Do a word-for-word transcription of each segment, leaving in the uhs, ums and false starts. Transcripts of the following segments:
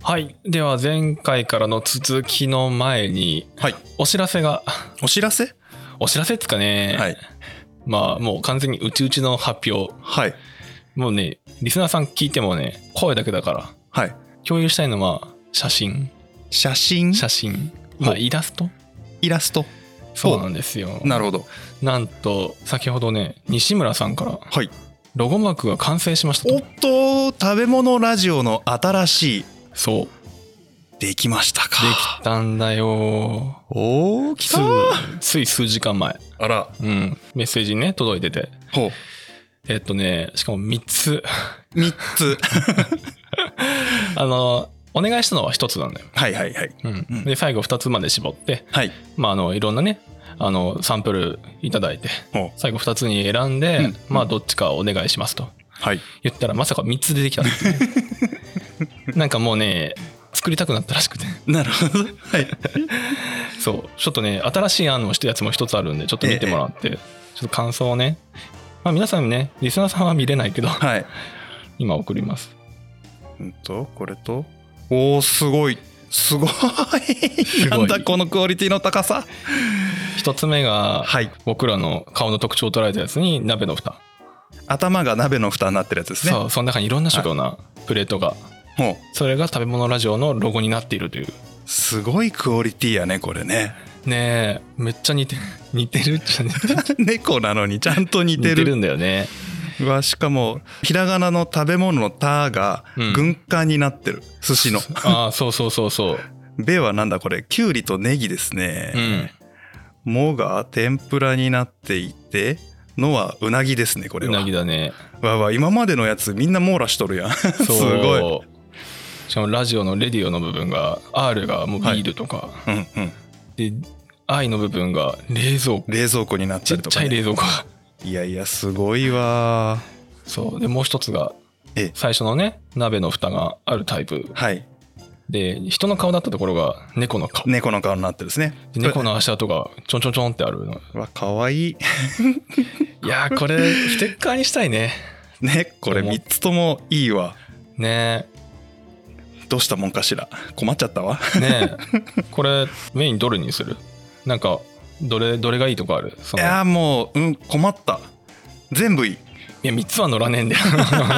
はい。では前回からの続きの前に、はい、お知らせが。 お知らせお知らせっつかね。はい。まあもう完全にうちうちの発表。はい。もうね、リスナーさん聞いてもね、声だけだから。はい。共有したいのは写真。 写真写真。まあイラストイラスト。 そうなんですよ。 なるほど。 なんと先ほどね、西村さんから。 はい。 ロゴマークが完成しましたと。 おっと、食べ物ラジオの新しい。 そうできましたか。 できたんだよ。 おー、来た。 つい数時間前。 あら。 うん。メッセージね届いてて。ほう。えっとね、しかもみっつ。 みっつ。 あのお願いしたのはひとつなんだよ。 はいはいはい。 うん。で最後ふたつまで絞って、 はい。 まああのいろんなね。あのサンプルいただいて最後ふたつに選んで、うん、まあどっちかお願いしますと、はい、言ったらまさかみっつ出てきたっていう、ね、なんかもうね作りたくなったらしくて。 なるほど、はい、 そうちょっとね新しい案をしたやつも一つあるんでちょっと見てもらって、ええ、ちょっと感想をね、まあ、皆さんねリスナーさんは見れないけど、はい、今送ります。 うんとこれとおーすごいすごいなんだこのクオリティの高さ。 一つ目が僕らの顔の特徴を捉えたやつに鍋の蓋、 頭が鍋の蓋になってるやつですね。 そうその中にいろんな色なプレートが、はい、それが食べ物ラジオのロゴになっているという。 すごいクオリティやねこれね。 ねえめっちゃ似て似てるっちゃ似てる猫なのにちゃんと似てる。 似てるんだよね。 うわしかもひらがなの食べ物のタが軍艦になってる、うん、寿司のああそうそうそうそう。 べはなんだこれきゅうりとネギですね。うんもが天ぷらになっていてのはうなぎですね。これはうなぎだね。 わわ今までのやつみんな網羅しとるやんすごい。 しかもラジオのレディオの部分が R がもうビールとか、はいうんうん、で I の部分が冷蔵庫冷蔵庫になったりとか、ね、 ちっちゃい冷蔵庫がいやいやすごいわ。 そうでもう一つが最初のね鍋の蓋があるタイプ。はいで人の顔だったところが猫の顔猫の顔になってるですね。 で猫の足跡がちょんちょんちょんってあるの。 わかわいいいやこれステッカーにしたいね。 ねこれみっつともいいわね。 どうしたもんかしら困っちゃったわねこれメインどれにする？なんかどれどれがいいとかある？ そのいやもう、うん、困った。全部いい。いやみっつは乗らねえんだよ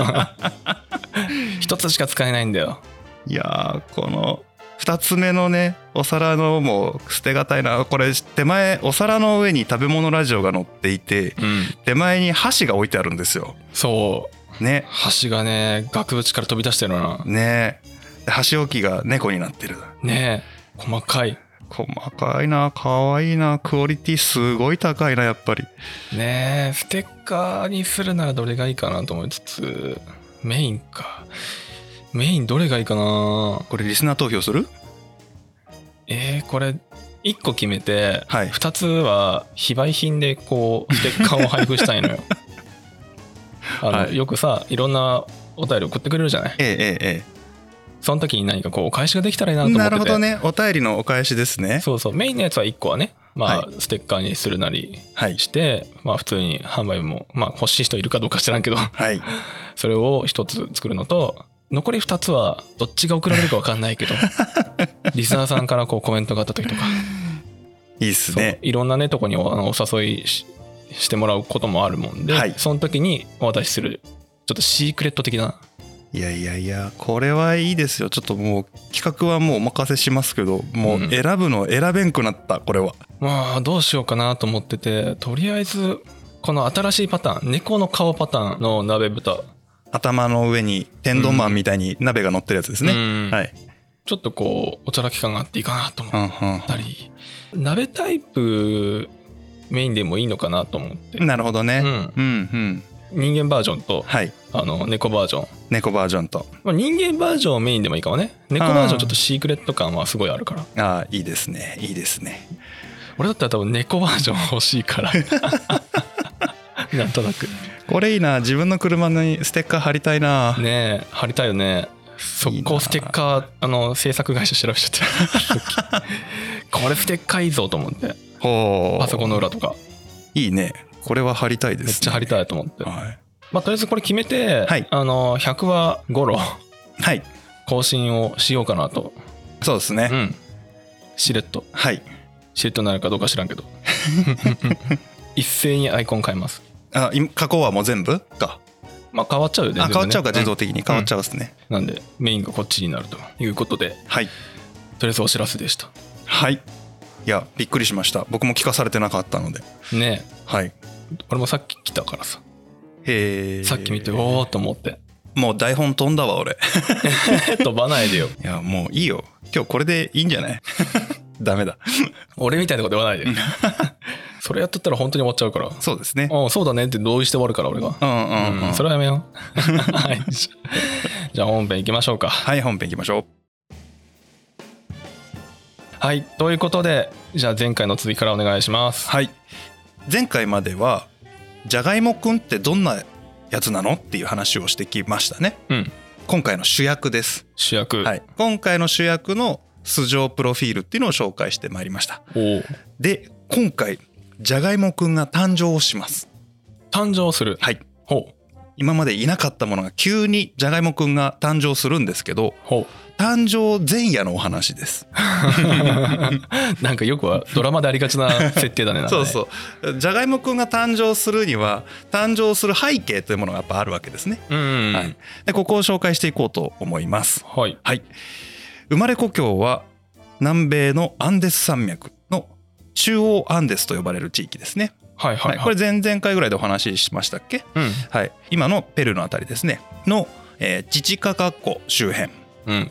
ひとつしか使えないんだよ。 いやこのふたつめのねお皿のもう捨てがたいな。これ手前お皿の上に食べ物ラジオが乗っていて、うん、手前に箸が置いてあるんですよ。 そうね箸がね額縁から飛び出してるな。ね箸置きが猫になってるね。細かい細かいな。かわいいな。クオリティすごい高いなやっぱりね。ステッカーにするならどれがいいかなと思いつつメインか。メインどれがいいかな。 これリスナー投票する？ えー、これいっこ決めて、はい、ふたつは非売品でこうステッカーを配布したいのよあの、はい、よくさいろんなお便り送ってくれるじゃない。 ええええ、 その時に何かこうお返しができたらいいなと思ってて。 なるほどね。お便りのお返しですね。 そうそうメインのやつはいっこはねまあ、はい、ステッカーにするなりして、はい、まあ普通に販売もまあ欲しい人いるかどうか知らんけど、はい、それをひとつ作るのと残りふたつはどっちが送られるか分かんないけどリスナーさんからこうコメントがあった時とかいいっすね。 いろんなねとこに お, お誘い し, してもらうこともあるもんで、はい、その時にお渡しするちょっとシークレット的な。 いやいやいやこれはいいですよ。ちょっともう企画はもうお任せしますけどもう選ぶの選べんくなったこれは、 うん、まあどうしようかなと思っててとりあえずこの新しいパターン猫の顔パターンの鍋豚頭の上に天丼マンみたいに鍋が乗ってるやつですね、うんはい、 ちょっとこうおちゃらき感があっていいかなと思ったり、うんうん、鍋タイプメインでもいいのかなと思って。 なるほどね、うんうんうん、人間バージョンと、はい、あの猫バージョン猫バージョンと、 まあ、人間バージョンメインでもいいかもね。猫バージョンちょっとシークレット感はすごいあるから。 ああいいですねいいですね。 俺だったら多分猫バージョン欲しいからなんとなくこれいいな。自分の車にステッカー貼りたいな。 ねえ貼りたいよね。速攻ステッカーあの制作会社調べちゃってこれステッカーいいぞと思ってほパソコンの裏とかいいね。これは貼りたいですね。 めっちゃ貼りたいと思って、はいまあ、とりあえずこれ決めて、はい、あのひゃくわ頃はい更新をしようかなと。 そうですね。 うん。しれっと。 はい。 しれっとなるかどうか知らんけど。一斉にアイコン変えます。 あ、加工はもう全部か。 まあ変わっちゃうよね。 あ、変わっちゃうか、自動的に変わっちゃうですね。 うんうん、なんでメインがこっちになるということで。 はい。 とりあえずお知らせでした。 はい。いやびっくりしました。僕も聞かされてなかったので。 ねえ。 はい。 俺もさっき来たからさ。 へえ。 さっき見ておーっと思って。 もう台本飛んだわ俺。 飛ばないでよ。 いやもういいよ。今日これでいいんじゃない？ダメだ。 俺みたいなこと言わないで。それやっとったら本当に終わっちゃうから。 そうですね。 ああそうだねって同意して終わるから俺が。 うんうんうん。うん、 それはやめよう。はい。じゃあ本編行きましょうか。 はい、本編行きましょう。 はい、ということでじゃあ前回の続きからお願いします。 はい。前回まではじゃがいもくんってどんなやつなのっていう話をしてきましたね。 うん。 今回の主役です。 主役。 はい。今回の主役の素性プロフィールっていうのを紹介してまいりました。 おで今回じゃがいもくんが誕生します。 誕生する。 はい。 ほう。 今までいなかったものが急にじゃがいもくんが誕生するんですけど、 ほう。 誕生前夜のお話です。 なんかよくはドラマでありがちな設定だね。 そうそうじゃがいもくんが誕生するには誕生する背景というものがやっぱあるわけですね。 うん、 はい、でここを紹介していこうと思います。 はい、 はい、生まれ故郷は南米のアンデス山脈の中央アンデスと呼ばれる地域ですね。 はいはい、はい、 これ前々回ぐらいでお話ししましたっけ、 うん、 はい、今のペルーのあたりですねの、えー、チチカカ湖周辺です。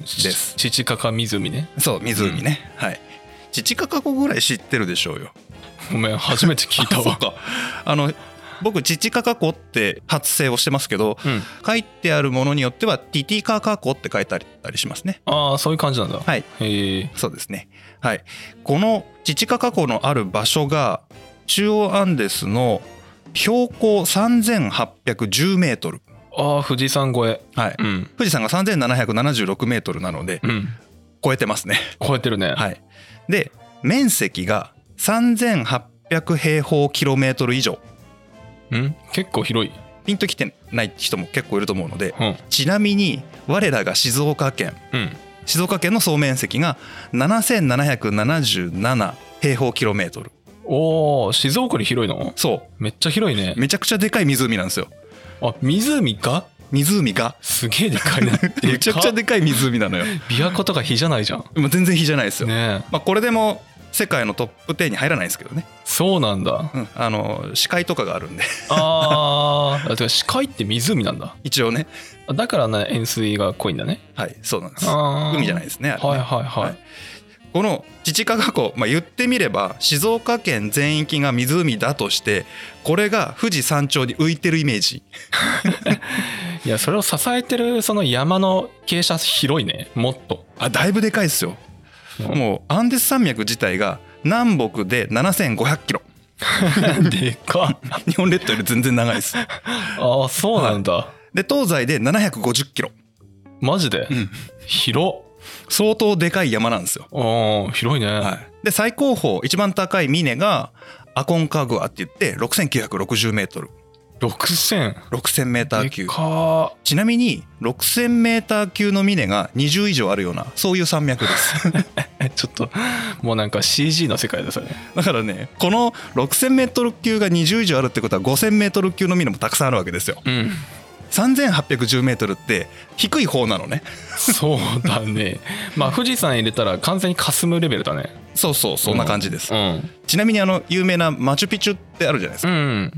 チチカカ湖ね。 そう湖ね、うん、はい。チチカカ湖ぐらい知ってるでしょうよ。 ごめん初めて聞いたわ。 あ, あの僕チチカカ湖って発声をしてますけど、うん、書いてあるものによってはティティカカ湖って書いてあったりしますね。 ああそういう感じなんだ。 はい。 へえ。 そうですね。はい。このチチカカ湖のある場所が中央アンデスの標高さんぜんはっぴゃくじゅうメートル。 ああ富士山越え。 はい、うん、富士山がさんぜんななひゃくななじゅうろくメートルなので、うん、超えてますね。 超えてるね。 はい。で面積がさんぜんはっぴゃく平方キロメートル以上。 ん結構広い。 ピンときてない人も結構いると思うので、 うん、 ちなみに我らが静岡県、うん、静岡県の総面積がななせんななひゃくななじゅうなな平方キロメートル。 おー静岡より広いの？ そうめっちゃ広いね。 めちゃくちゃでかい湖なんですよ。 あ湖か？ 湖がすげえでかいな。 めちゃくちゃでかい湖なのよ。 琵琶湖とか比じゃないじゃん。 もう全然比じゃないですよ、 ね。 まあ、これでも世界のトップじゅうに入らないですけどね。 そうなんだ、 うん、あの視界とかがあるんで。 ああ、視界って湖なんだ一応ね。 だからね塩水が濃いんだね。 はいそうなんです。海じゃないですねあれね。 はいはいはい、はい。 このチチカカ湖、まあ、言ってみれば静岡県全域が湖だとしてこれが富士山頂に浮いてるイメージ。 いやそれを支えてるその山の傾斜広いね。もっとあだいぶでかいですよ、うん、もうアンデス山脈自体が南北でななせんごひゃくキロ。 でかっ。 日本列島より全然長いです。 ああそうなんだ、はい、 で東西でななひゃくごじゅっキロ。 マジで、うん、広っ。 相当でかい山なんですよ。 ああ広いね、 はい、で最高峰一番高い峰がアコンカグアって言ってろくせんきゅうひゃくろくじゅうメートル。 ろくせんろくせんメーター級。 でか。 ちなみにろくせんメーター級の峰がにじゅう以上あるようなそういう山脈です。 ちょっともうなんか シージー の世界ですよね。 だからねこのろくせんメートル級がにじゅう以上あるってことはごせんメートル級の峰もたくさんあるわけですよ。うん。さんぜんはっぴゃくじゅうメートルって低い方なのね。 そうだね。まあ富士山入れたら完全に霞むレベルだね。 そうそうそんな感じです、 うんうん、 ちなみにあの有名なマチュピチュってあるじゃないですか、うん、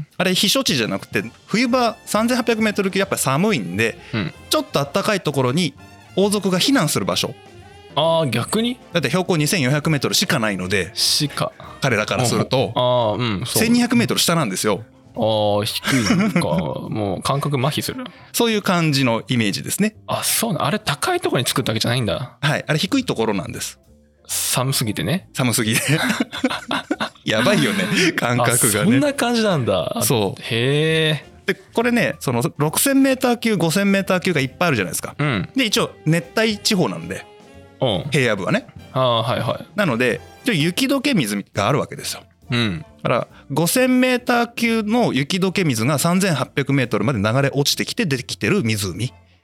あれ避暑地じゃなくて冬場さんぜんはっぴゃくメートル級やっぱり寒いんで、うん、ちょっと暖かいところに王族が避難する場所。 あー逆にだって標高にせんよんひゃくメートルしかないのでしか彼らからするとあ、うん、 せんにひゃくメートル下なんですよ。 ああ低いのか。もう感覚麻痺する。 そういう感じのイメージですね。 あそうなあれ高いところに作ったわけじゃないんだ。 はいあれ低いところなんです。 寒すぎてね。 寒すぎてやばいよね感覚がね。 そんな感じなんだ。 そうへえ。 でこれねそのろくせんメーター級ごせんメーター級がいっぱいあるじゃないですか、うん、で一応熱帯地方なんで、うん、平野部はね。 ああはいはい。 なので雪解け水があるわけですよ。うん、だからごせんメーター級の雪解け水がさんぜんはっぴゃくメートルまで流れ落ちてきて出てきてる湖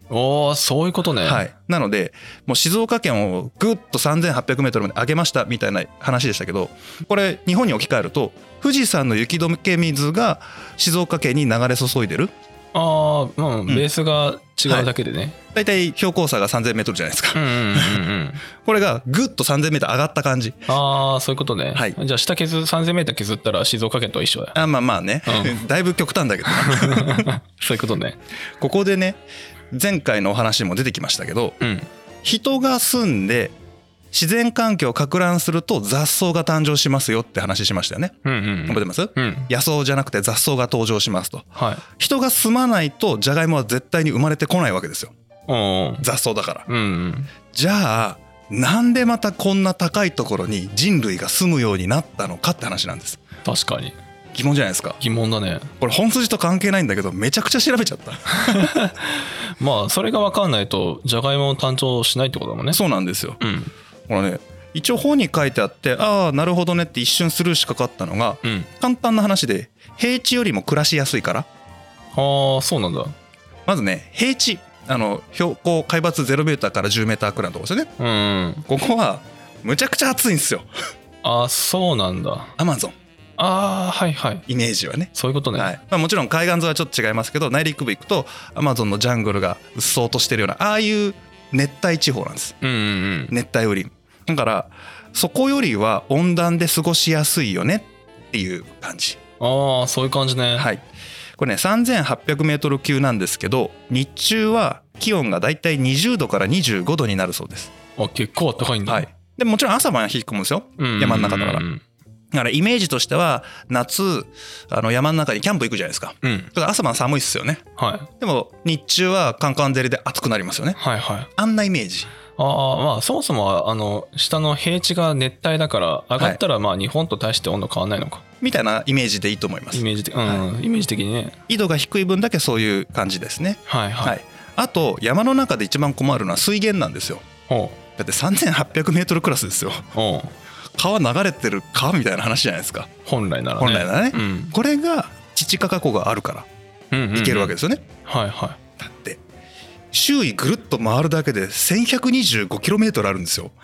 おー、そういうことね。 はい、なのでもう静岡県をぐっとさんぜんはっぴゃくメートルまで上げましたみたいな話でしたけど、これ日本に置き換えると富士山の雪解け水が静岡県に流れ注いでる。 ああ、うん、ベースが違うだけでね。 だいたい標高差がさんぜんメートルじゃないですか。 うんうんうんうん、 これがぐっとさんぜんメートル上がった感じ。 ああ、そういうことね。 はい、 じゃあ下削さんぜんメートル削ったら静岡県と一緒だ。 あ、まあまあね、うん、だいぶ極端だけどそういうことね。 ここでね、前回のお話にも出てきましたけど、 うん、 人が住んで自然環境をか乱すると雑草が誕生しますよって話しましたよね。 うんうん、 覚えてます？ うん、 野草じゃなくて雑草が登場しますと、 はい、 人が住まないとジャガイモは絶対に生まれてこないわけですよ。 お雑草だから、 うんうん、 じゃあなんでまたこんな高いところに人類が住むようになったのかって話なんです。 確かに疑問じゃないですか。 疑問だね。これ本筋と関係ないんだけどめちゃくちゃ調べちゃったまあそれが分かんないとジャガイモ誕生しないってことだもんね。 そうなんですよ、 うん、 これね一応本に書いてあって、ああなるほどねって一瞬スルーしかかったのが、 うん、 簡単な話で平地よりも暮らしやすいから。ああ、そうなんだ。 まずね、平地、あの標高海抜ゼロメーターからじゅうメーターくらいのところですよね、うん、ここはむちゃくちゃ暑いんですよあ、そうなんだ。 アマゾン、 ああ、はいはい、 イメージはねそういうことね、 はい、まあ、もちろん海岸沿いはちょっと違いますけど、内陸部行くとアマゾンのジャングルがうっそうとしてるような、ああいう熱帯地方なんです、 うんうんうん、 熱帯雨林だから、そこよりは温暖で過ごしやすいよねっていう感じ。 ああ、そういう感じね。 はい、これねさんぜんはっぴゃくメートル級なんですけど、日中は気温がだいたいにじゅうどからにじゅうごどになるそうです。 あ、結構暖かいんだ。 はい、でもちろん朝晩は冷え込むんですよ、山の中だから。だからイメージとしては夏あの山の中にキャンプ行くじゃないですか、うん、だから朝晩寒いっすよね、はい、でも日中はカンカン照りで暑くなりますよね、はいはい、あんなイメージ。 ああ、まあそもそもあの下の平地が熱帯だから上がったらまあ日本と大して温度変わんないのか、はい、 みたいなイメージでいいと思います。 イメージ的、うん、はい、イメージ的にね。 緯度が低い分だけそういう感じですね。 はいはい、はい、 あと山の中で一番困るのは水源なんですよ。だってさんぜんはっぴゃくメートルクラスですよ。川流れてる川みたいな話じゃないですか、 本来ならね。 本来ならね、 うん、 これがチチカカ湖があるからいけるわけですよね、 うんうんうん、はいはい。 だって周囲ぐるっと回るだけでせんひゃくにじゅうごキロメートルあるんですよ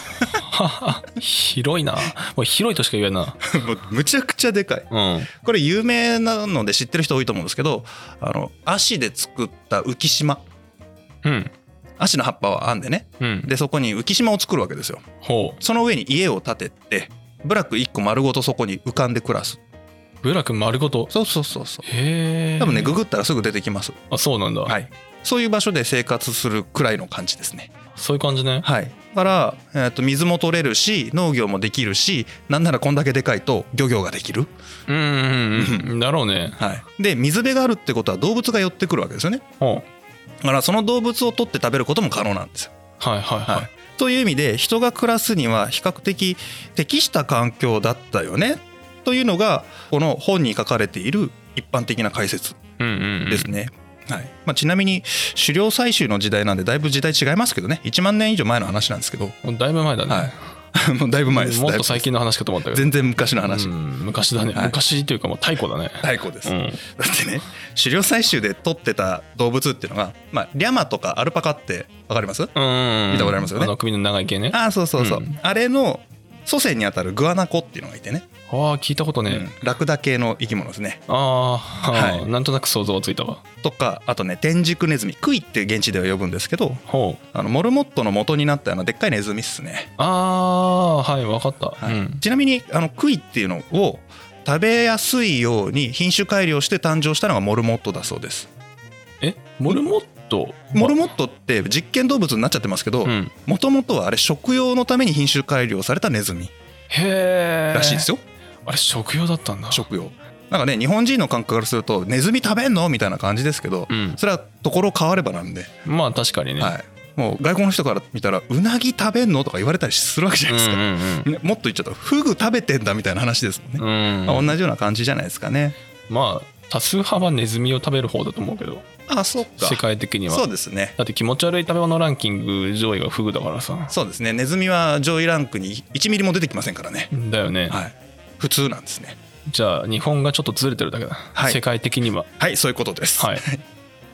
広いな。もう広いとしか言えんなもうむちゃくちゃでかい、うん、これ有名なので知ってる人多いと思うんですけど、あの足で作った浮島、うん、足の葉っぱは編んでね、うん、でそこに浮島を作るわけですよ。ほう。その上に家を建てて部落いっこ丸ごとそこに浮かんで暮らす。 部落丸ごと。 そうそうそうそう。 へえ。 多分ねググったらすぐ出てきます。 あ、そうなんだ。 はい。そういう場所で生活するくらいの感じですね。 そういう感じね。 はい。だから、えー、と水も取れるし農業もできるし、なんならこんだけでかいと漁業ができる。 うんうんうん。だろうね。 はい。で水辺があるってことは動物が寄ってくるわけですよね。ほう。だからその動物を取って食べることも可能なんですよ。 はいはいはい。はい、 という意味で人が暮らすには比較的適した環境だったよねというのがこの本に書かれている一般的な解説ですね。はい、まあ、ちなみに狩猟採集の時代なんでだいぶ時代違いますけどね、いちまんねん以上前の話なんですけど。 だいぶ前だね。 はい、もうだいぶ前です。 もっと最近の話かと思ったけど全然昔の話。 うん、昔だね、はい、昔というかもう太古だね。 太古です、うん、だってね狩猟採集で取ってた動物っていうのが、まあ、リャマとかアルパカって分かります？うん、見たことありますよね。 あの首の長い系ね。 あ、そうそうそう、うん、あれの祖先にあたるグアナコっていうのがいてね。 ああ、聞いたことね、うん、 ラクダ系の生き物ですね。 ああ、はい、なんとなく想像ついたわ。 とかあとね天竺ネズミ、クイって現地では呼ぶんですけど、ほう、あのモルモットの元になったあのでっかいネズミっすね。 ああ、はい分かった、はい、うん、 ちなみにあのクイっていうのを食べやすいように品種改良して誕生したのがモルモットだそうです。 え、モルモット？ モルモットって実験動物になっちゃってますけど、もともとはあれ食用のために品種改良されたネズミらしいですよ。 あれ食用だったんだ。 食用。なんかね日本人の感覚からするとネズミ食べんのみたいな感じですけど、うん、それはところ変わればなんで。 まあ確かにね、 はい、もう外国の人から見たらうなぎ食べんのとか言われたりするわけじゃないですか、うんうんうん、もっと言っちゃうとフグ食べてんだみたいな話ですもんね、うんうん、まあ、同じような感じじゃないですかね。 まあ多数派はネズミを食べる方だと思うけど。 あ、そうか。 世界的には。 そうですね。 だって気持ち悪い食べ物ランキング上位がフグだからさ。 そうですね。ネズミは上位ランクにいちミリも出てきませんからね。 だよね、 はい、普通なんですね。 じゃあ日本がちょっとずれてるだけだ、はい、世界的には。 はい、そういうことです、はい、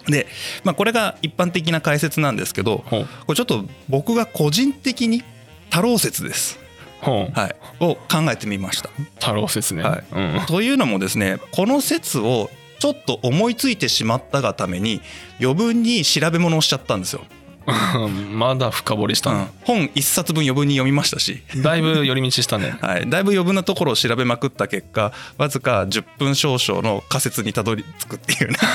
で、まあ、これが一般的な解説なんですけど、これちょっと僕が個人的に太郎説です、はい、を考えてみました。 太郎説ね、 はい、うん、というのもですね、この説をちょっと思いついてしまったがために余分に調べ物をしちゃったんですよ。 まだ深掘りしたの、うん、 本一冊分余分に読みましたし、 だいぶ寄り道したね、 はい、だいぶ余分なところを調べまくった結果、わずかじゅっぷん少々の仮説にたどり着くっていうね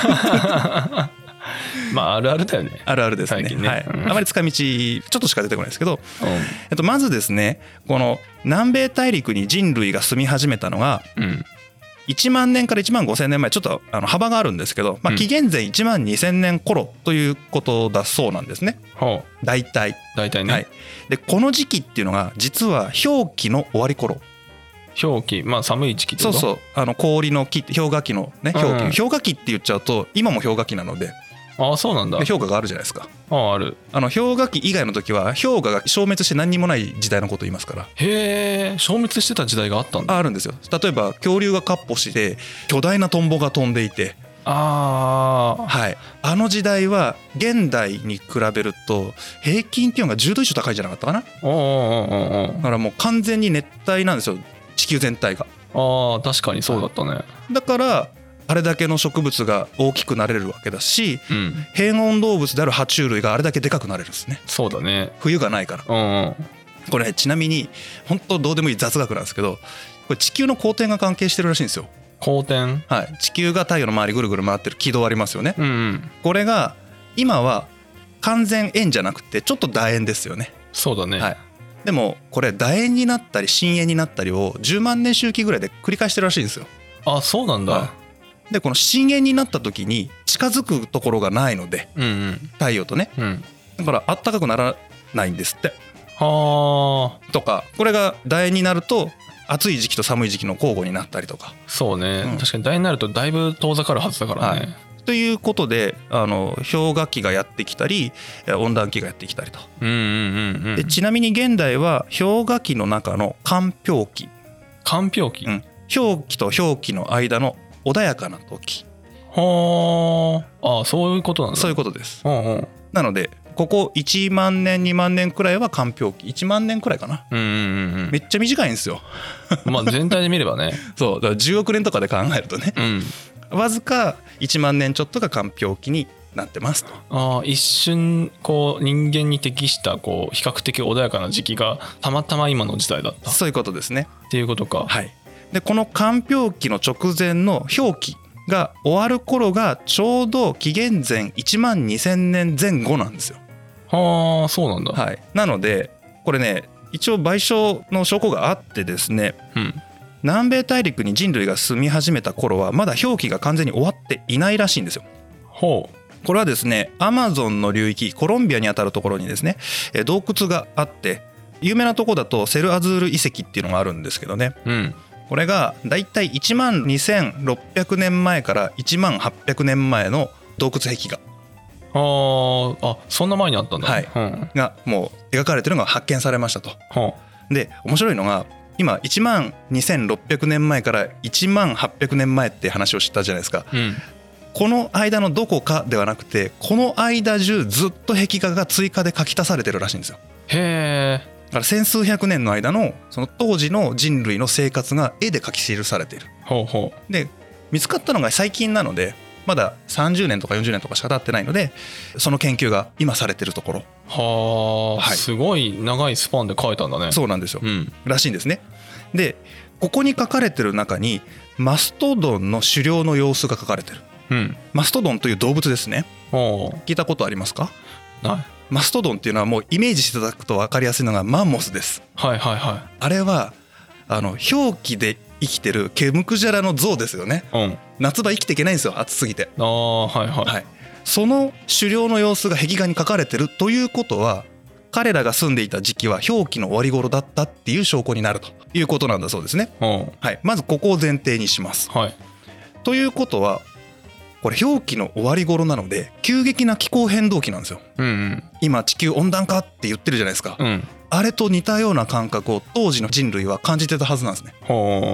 まああるあるだよね、 あるあるですね、最近ね、はい、うん、あまり使い道ちょっとしか出てこないですけど、うん、えっと、まずですね、この南米大陸に人類が住み始めたのが、うん、いちまんねんからいちまんごせんねんまえ、ちょっとあの幅があるんですけど、まあ、紀元前いちまんにせんねん頃ということだそうなんですね、うん、大体大体ね、 はい、でこの時期っていうのが実は氷期の終わり頃。 氷期、まあ寒い時期ってこと？ そうそう、あの氷の期、氷河期のね、氷期、うん、氷河期って言っちゃうと今も氷河期なので、 ああそうなんだ、 氷河があるじゃないですか。 ああある。あの氷河期以外の時は氷河が消滅して何にもない時代のことを言いますから。 へえ、消滅してた時代があったんだ。 あるんですよ。例えば恐竜がかっ歩して巨大なトンボが飛んでいて、 ああ、 はい、あの時代は現代に比べると平均気温がじゅうど以上高いんじゃなかったかな。 おうおうおうおう。 だからもう完全に熱帯なんですよ、地球全体が。 ああ確かにそうだったね。 だからあれだけの植物が大きくなれるわけだし、うん、変温動物である爬虫類があれだけでかくなれるんですね。 そうだね、 冬がないから、うんうん、これちなみに本当どうでもいい雑学なんですけど、これ地球の公転が関係してるらしいんですよ。 公転、 はい、地球が太陽の周りぐるぐる回ってる軌道ありますよね、うんうん、これが今は完全円じゃなくてちょっと楕円ですよね。 そうだね、 はい、でもこれ楕円になったり深円になったりをじゅうまんねん周期ぐらいで繰り返してるらしいんですよ。 あ、そうなんだ、はい、 でこの深淵になった時に近づくところがないので、うんうん、太陽とね、うん、だからあったかくならないんですって。はあ。とかこれが楕円になると暑い時期と寒い時期の交互になったりとか。 そうね、うん、確かに楕円になるとだいぶ遠ざかるはずだからね、はい、 ということであの氷河期がやってきたり温暖期がやってきたりと、うんうんうんうん、でちなみに現代は氷河期の中の間氷期。 間氷期、うん、 氷期と氷期の間の穏やかな時。 はあ、あ、そういうことなんだ。 そういうことです、うんうん、なのでここいちまんねんにまんねんくらいは間氷期、いちまんねんくらいかな、うんうんうん、めっちゃ短いんですよまあ全体で見ればねそうだからじゅうおくねんとかで考えるとね、うん、わずかいちまんねんちょっとが間氷期になってますと。 あ、一瞬こう人間に適したこう比較的穏やかな時期がたまたま今の時代だった。 そういうことですね。 っていうことか。 はい。でこの間氷期の直前の氷期が終わる頃がちょうど紀元前いちまんにせんねんぜん後なんですよ。 はあ、そうなんだ。 はい。なのでこれね一応賠償の証拠があってですね、うん、南米大陸に人類が住み始めた頃はまだ氷期が完全に終わっていないらしいんですよ。ほう。これはですねアマゾンの流域コロンビアにあたるところにですね洞窟があって、有名なとこだとセルアズール遺跡っていうのがあるんですけどね、うん、これがだいたいいちまんにせんろっぴゃくねんまえからいちまんはっぴゃくねんまえの洞窟壁画。 ああ、そんな前にあったんだ、 はい、うん、がもう描かれてるのが発見されましたと、はあ、で面白いのが今いちまんにせんろっぴゃくねんまえからいちまんはっぴゃくねんまえって話をしたじゃないですか、うん、この間のどこかではなくてこの間中ずっと壁画が追加で書き足されてるらしいんですよ。 へえ。 だから千数百年の間のその当時の人類の生活が絵で書き記されている。ほうほう。で見つかったのが最近なのでまださんじゅうねんとかよんじゅうねんとかしか経ってないのでその研究が今されてるところ。 はあ、はい、すごい長いスパンで書いたんだね。 そうなんですよ、うん、らしいんですね。でここに書かれてる中にマストドンの狩猟の様子が書かれてる、うん、マストドンという動物ですね。聞いたことありますか？ない。マストドンっていうのはもうイメージしていただくと分かりやすいのがマンモスです。はいはいはい。あれはあの氷期で生きてるケムクジャラの像ですよね、うん、夏場生きていけないんですよ、暑すぎて。あ、はいはい、はい、その狩猟の様子が壁画に書かれてるということは彼らが住んでいた時期は氷期の終わり頃だったっていう証拠になるということなんだそうですね、うん、はい、まずここを前提にします、はい、ということはこれ氷期の終わり頃なので急激な気候変動期なんですよ、うんうん、今地球温暖化って言ってるじゃないですか、うん、あれと似たような感覚を当時の人類は感じてたはずなんですね。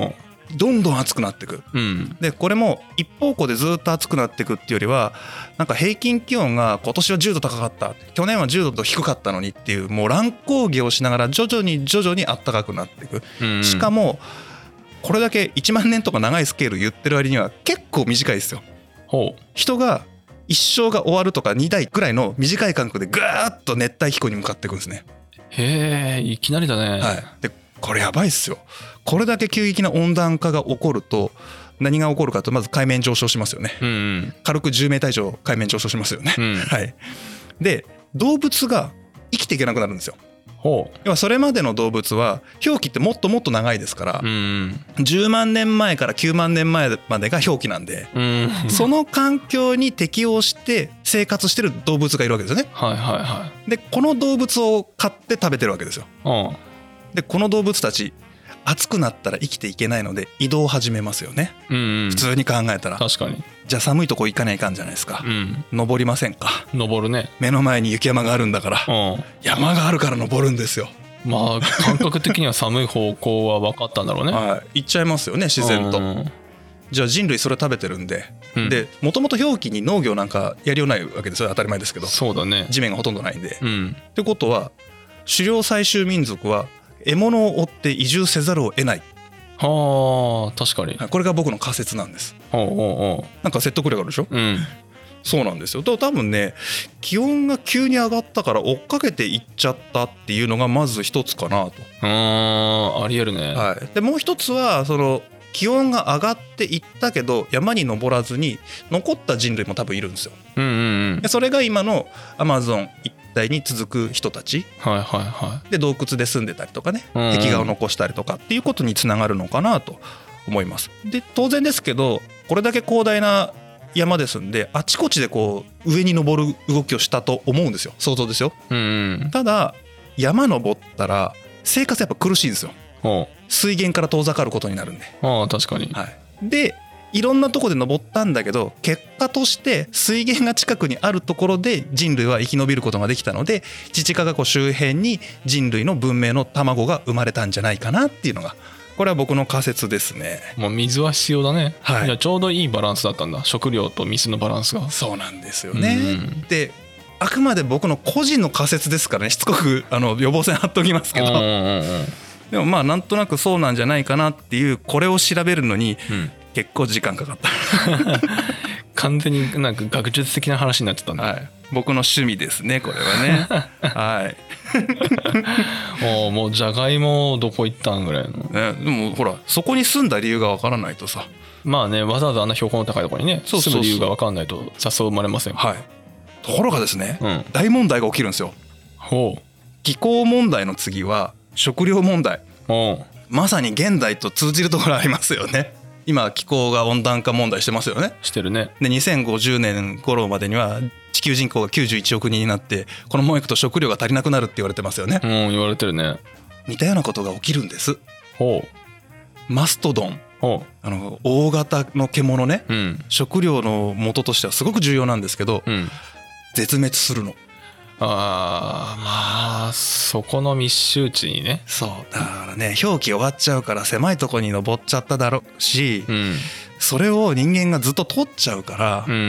どんどん暑くなっていく、うん、でこれも一方向でずっと暑くなっていくっていうよりはなんか平均気温が今年はじゅうど高かった、去年はじゅうどと低かったのにっていう、もう乱高下をしながら徐々に徐々に暖かくなっていく、うんうん、しかもこれだけいちまんねんとか長いスケール言ってる割には結構短いですよ。ほう、人が一生が終わるとかにだいぐらいの短い間隔でぐーっと熱帯気候に向かっていくんですね。 へえ、いきなりだね。 はい、でこれやばいっすよ。これだけ急激な温暖化が起こると何が起こるかと、まず海面上昇しますよね、うんうん、軽くじゅうメーター以上海面上昇しますよね、うん、はい、で動物が生きていけなくなるんですよ。ほう、要はそれまでの動物は氷期ってもっともっと長いですから、うんうん、じゅうまんねんまえからきゅうまんねんまえまでが氷期なんで、うん、その環境に適応して生活してる動物がいるわけですよね。はいはいはい、でこの動物を飼って食べてるわけですよ。でこの動物たち暑くなったら生きていけないので移動を始めますよね、うんうん、普通に考えたら。確かに。じゃあ寒いとこ行かないかんじゃないですか、うん、登りませんか。 登るね。 目の前に雪山があるんだから、うん、山があるから登るんですよ。 まあ感覚的には寒い方向は分かったんだろうね。 はい、行っちゃいますよね自然と、うん、じゃあ人類それ食べてるんで、うん、でもともと氷期に農業なんかやりようないわけですよ。当たり前ですけど。そうだね。地面がほとんどないんで、うん、ってことは狩猟採集民族は獲物を追って移住せざるを得ない。はあ、確かに。これが僕の仮説なんです。ほうほうほう。なんか説得力あるでしょ。うん。そうなんですよ。多分ね、気温が急に上がったから追っかけていっちゃったっていうのがまず一つかなと。ああ、ありえるね。はい。でもう一つはその気温が上がっていったけど山に登らずに残った人類も多分いるんですよ。うんうんうん。でそれが今のアマゾン一帯に続く人たち。はいはいはい。で洞窟で住んでたりとかね、壁画を残したりとかっていうことにつながるのかなと思います。で当然ですけどこれだけ広大な山ですんであちこちでこう上に登る動きをしたと思うんですよ。想像ですよ。うんうん。ただ山登ったら生活やっぱ苦しいんですよ。水源から遠ざかることになるんで。ああ確かに、はい、でいろんなとこで登ったんだけど結果として水源が近くにあるところで人類は生き延びることができたのでチチカガ湖周辺に人類の文明の卵が生まれたんじゃないかなっていうのがこれは僕の仮説ですね。 もう水は必要だね、はい、いやちょうどいいバランスだったんだ。食料と水のバランスが。 そうなんですよね、うん、であくまで僕の個人の仮説ですからねしつこくあの予防線張っときますけど、うんうんうん、でもまあなんとなくそうなんじゃないかなっていうこれを調べるのに結構時間かかった完全になんか学術的な話になっちゃったんだ、はい、 僕の趣味ですねこれはねはいおもうじゃがいもどこ行ったんぐらいの、 ね、でもほらそこに住んだ理由がわからないとさ。 まあねわざわざあんな標高の高いところにねそうそうそう住む理由がわかんないと雑草生まれません。 はい。ところがですね、うん、大問題が起きるんですよ。ほう。気候問題の次は食料問題。おまさに現代と通じるところありますよね。今気候が温暖化問題してますよね。 してるね。 でにせんごじゅうねん頃までには地球人口がきゅうじゅういちおくにんになってこのままいくと食料が足りなくなるって言われてますよね。 うん言われてるね。 似たようなことが起きるんです。ほう。マストドン。ほう。あの大型の獣ね、うん、食料の元としてはすごく重要なんですけど、うん、絶滅するの。 ああまあそこの密集地にね。 そうだからね氷期終わっちゃうから狭いとこに登っちゃっただろうし、うん、それを人間がずっと取っちゃうから、うん、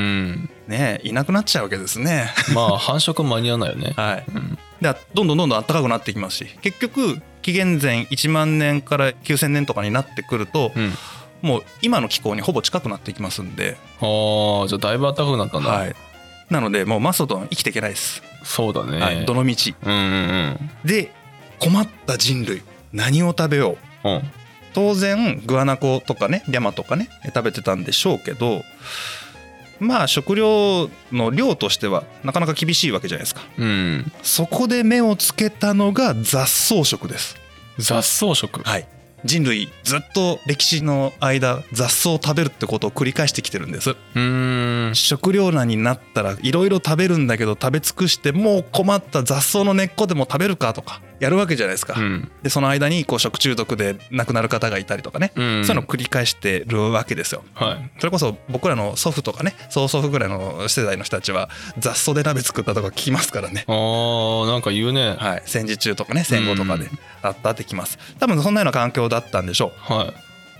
ねいなくなっちゃうわけですね。 まあ繁殖間に合わないよね。 はい、うん、でどんどんどんどん暖かくなっていきますし結局紀元前いちまんねんからきゅうせんねんとかになってくると、うん、もう今の気候にほぼ近くなっていきますんで。 ああじゃあだいぶ暖かくなったんだ。はい。 なのでもうマストドン生きていけないです。 そうだね、 はい、どの道、うんうんうん、で困った人類何を食べよう、うん、当然グアナコとかねリャマとかね食べてたんでしょうけどまあ食料の量としてはなかなか厳しいわけじゃないですか、うん、そこで目をつけたのが雑草食です。 雑草食。 はい。人類ずっと歴史の間雑草を食べるってことを繰り返してきてるんです。うーん食糧難になったらいろいろ食べるんだけど食べ尽くしてもう困った雑草の根っこでも食べるかとかやるわけじゃないですか、うん、でその間にこう食中毒で亡くなる方がいたりとかね、うん、そういうのを繰り返してるわけですよ、はい、それこそ僕らの祖父とかね曽祖父ぐらいの世代の人たちは雑草で鍋作ったとか聞きますからね。 あーなんか言うね、 はい、戦時中とかね戦後とかであったってきます。多分そんなような環境だったんでしょう、はい、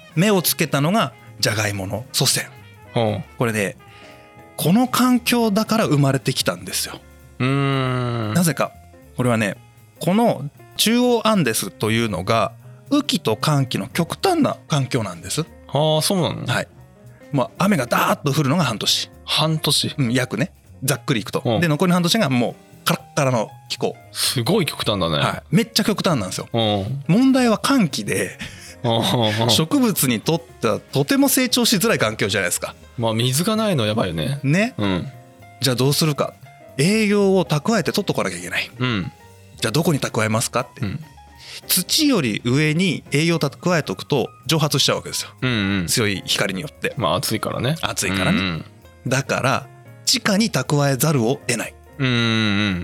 目をつけたのがジャガイモの祖先。これでこの環境だから生まれてきたんですよ。 うーんなぜかこれはね、この中央アンデスというのが雨季と乾季の極端な環境なんです。 ああ、そうなの。 はい。まあ雨がダーッと降るのが半年。 半年。 うん、約ね、ざっくりいくと。で残りの半年がもうカラッカラの気候。 すごい極端だね。 はい。めっちゃ極端なんですよ。問題は乾季で植物にとってはとても成長しづらい環境じゃないですか。 まあ水がないのやばいよね。 ね。 うん。 じゃあどうするか。栄養を蓄えて取っとかなきゃいけない。 うん。 じゃあどこに蓄えますかって。うん、土より上に栄養を蓄えておくと蒸発しちゃうわけですよ。うんうん、強い光によって。 まあ暑いからね。 暑いからね。うんうん、だから地下に蓄えざるを得ない。 うんうん、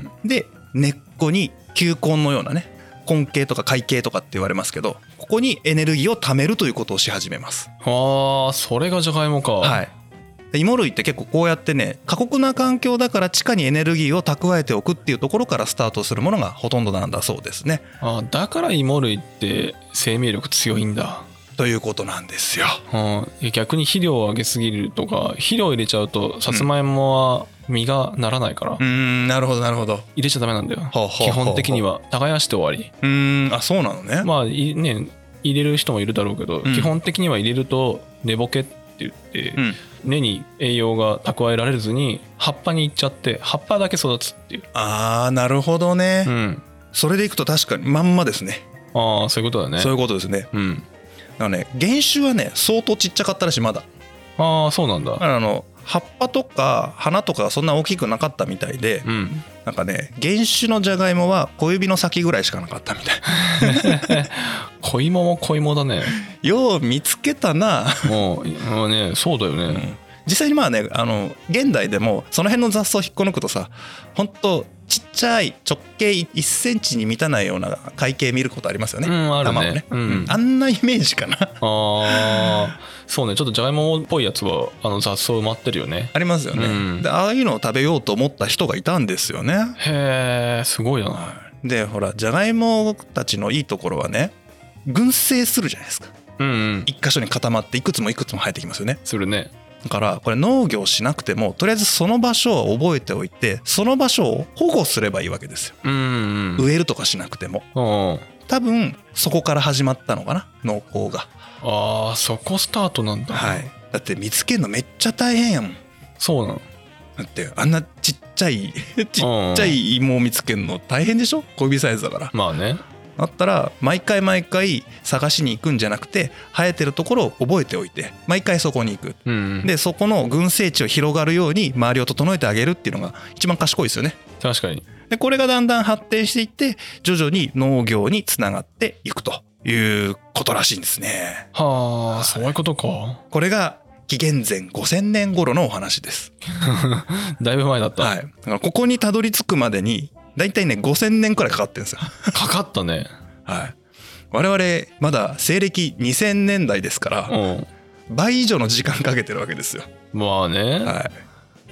で根っこに球根のようなね、根茎とか塊茎とかって言われますけど、ここにエネルギーを貯めるということをし始めます。 ああ、それがジャガイモか。 はい。芋類って結構こうやってね、過酷な環境だから地下にエネルギーを蓄えておくっていうところからスタートするものがほとんどなんだそうですね。 ああ、だから芋類って生命力強いんだということなんですよ。 はあ、逆に肥料をあげすぎるとか、肥料を入れちゃうとさつまいもは実がならないから、 うん、うーん、なるほどなるほど。 入れちゃダメなんだよ。ほうほうほうほう。基本的には耕して終わり。 うーん、あ、そうなのね。 まあね、入れる人もいるだろうけど、うん、基本的には入れると根ぼけって言って、うん、根に栄養が蓄えられずに葉っぱに行っちゃって葉っぱだけ育つっていう。 あー、なるほどね、うん、それでいくと確かにまんまですね。 ああ、そういうことだね。 そういうことですね。うん。だからね、原種はね相当ちっちゃかったらしい、まだ。 ああ、そうなんだ。 あの葉っぱとか花とかそんな大きくなかったみたいで、うん、なんかね、原種のジャガイモは小指の先ぐらいしかなかったみたい。 小芋も小芋だね。 よう見つけたな。 もう、もうね、そうだよね、うん、 実際にまあね、あの現代でもその辺の雑草を引っこ抜くとさ、ほんとちっちゃい直径いっセンチに満たないような塊茎見ることありますよね。 うん、あるね。 ね、うん、あんなイメージかな。 ああ、そうね、ちょっとジャガイモっぽいやつはあの雑草埋まってるよね。 ありますよね、うん、でああいうのを食べようと思った人がいたんですよね。 へえ、すごいよな。 でほら、ジャガイモたちのいいところはね、群生するじゃないですか。うんうん、一箇所に固まっていくつもいくつも生えてきますよね。 するね。 だからこれ農業しなくてもとりあえずその場所を覚えておいて、その場所を保護すればいいわけですよ。うんうん、植えるとかしなくても。多分そこから始まったのかな、農耕が。 ああ、そこスタートなんだ。 はい。だって見つけるのめっちゃ大変やもん。 そうなの。 だってあんなちっちゃいちっちゃい芋を見つけるの大変でしょ、小指サイズだから。 まあね。 だったら毎回毎回探しに行くんじゃなくて、生えてるところを覚えておいて毎回そこに行く、うんうん、でそこの群生地を広がるように周りを整えてあげるっていうのが一番賢いですよね。 確かに。 でこれがだんだん発展していって徐々に農業につながっていくということらしいんですね。 はあ、そういうことか。 これが紀元前ごせんねん頃のお話です。 だいぶ前だった。 はい。だからここにたどり着くまでにだいたいねごせんねんくらいかかってるんですよ。 かかったね。 はい。我々まだ西暦にせんねんだいですから、うん、倍以上の時間かけてるわけですよ。 まあね。 はい。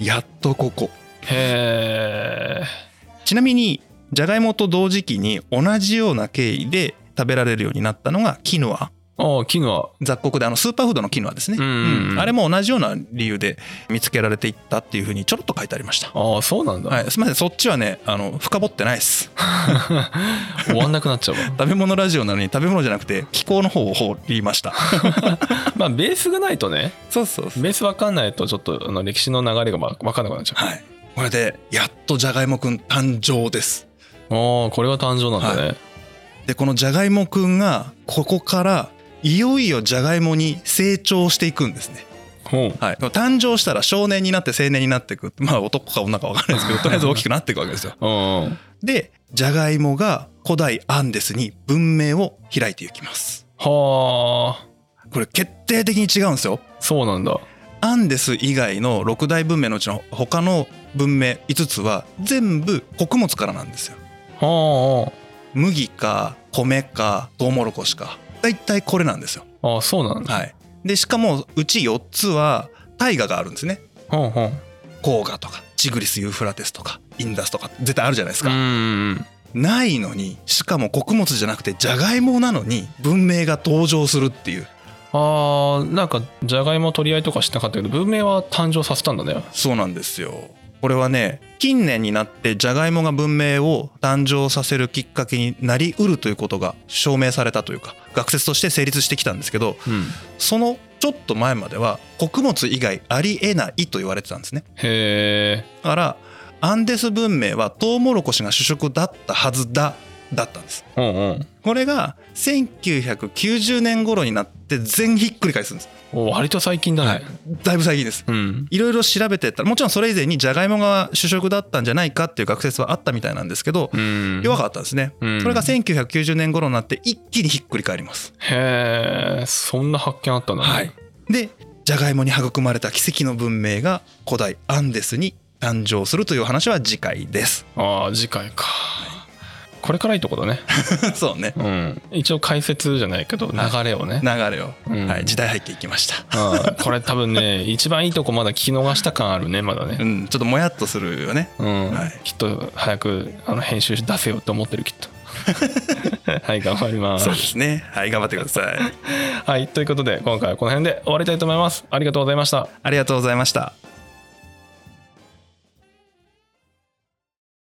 やっとここ。 へえ。 ちなみにジャガイモと同時期に同じような経緯で食べられるようになったのがキヌア。 ああ、キヌア。 雑穀であのスーパーフードのキヌアですね。うんうんうん、あれも同じような理由で見つけられていったっていうふうにちょろっと書いてありました。 ああ、そうなんだ。 はい、すみません、そっちはね、あの深掘ってないです。 終わんなくなっちゃうわ。 食べ物ラジオなのに食べ物じゃなくて気候の方を掘りました。 まあベースがないとね。 そうそうそう。 ベース分かんないとちょっとあの歴史の流れが分かんなくなっちゃう。 はい。これでやっとジャガイモくん誕生です。 ああ、これが誕生なんだね。はい、 でこのジャガイモくんがここからいよいよジャガイモに成長していくんですね。ほう。はい、誕生したら少年になって青年になっていく、まあ男か女か分からないですけどとりあえず大きくなっていくわけですよ。でジャガイモが古代アンデスに文明を開いていきます。はあ。これ決定的に違うんですよ。 そうなんだ。 アンデス以外のろく大文明のうちの他の文明いつつは全部穀物からなんですよ。はあ。麦か米かトウモロコシか大体これなんですよ。 ああ、そうなんだ。 はい。でしかもうちよっつは大河があるんですね。はあはあ、黄河とかチグリスユーフラテスとかインダスとか絶対あるじゃないですか。うん。ないのに、しかも穀物じゃなくてジャガイモなのに文明が登場するっていう。 ああー、なんかじゃがいも取り合いとかしてなかったけど文明は誕生させたんだね。 そうなんですよ。これはね、近年になってじゃがいもが文明を誕生させるきっかけになりうるということが証明されたというか、学説として成立してきたんですけど、うん、そのちょっと前までは穀物以外ありえないと言われてたんですね。 へー。 だからアンデス文明はトウモロコシが主食だったはずだだったんです、うんうん、これがせんきゅうひゃくきゅうじゅうねん頃になって全ひっくり返すんです。 お、割と最近だね、はい、 だいぶ最近です、うん、いろいろ調べてったら、もちろんそれ以前にジャガイモが主食だったんじゃないかっていう学説はあったみたいなんですけど、うん、弱かったんですね、うん、それがせんきゅうひゃくきゅうじゅうねん頃になって一気にひっくり返ります。 へー、そんな発見あったんだね、 はい、でジャガイモに育まれた奇跡の文明が古代アンデスに誕生するという話は次回です。 ああ、次回か。これからいいとこだねそうね、 うん、一応解説じゃないけど流れをね、 流れを、うん、はい、時代背景いきましたあ、これ多分ね一番いいとこまだ聞き逃した感あるね、まだね、 うん、ちょっともやっとするよね、うん、 はい、きっと早くあの編集出せよって思ってるきっとはい、頑張ります。 そうですね、はい、頑張ってくださいはい、ということで今回はこの辺で終わりたいと思います。ありがとうございました。 ありがとうございました。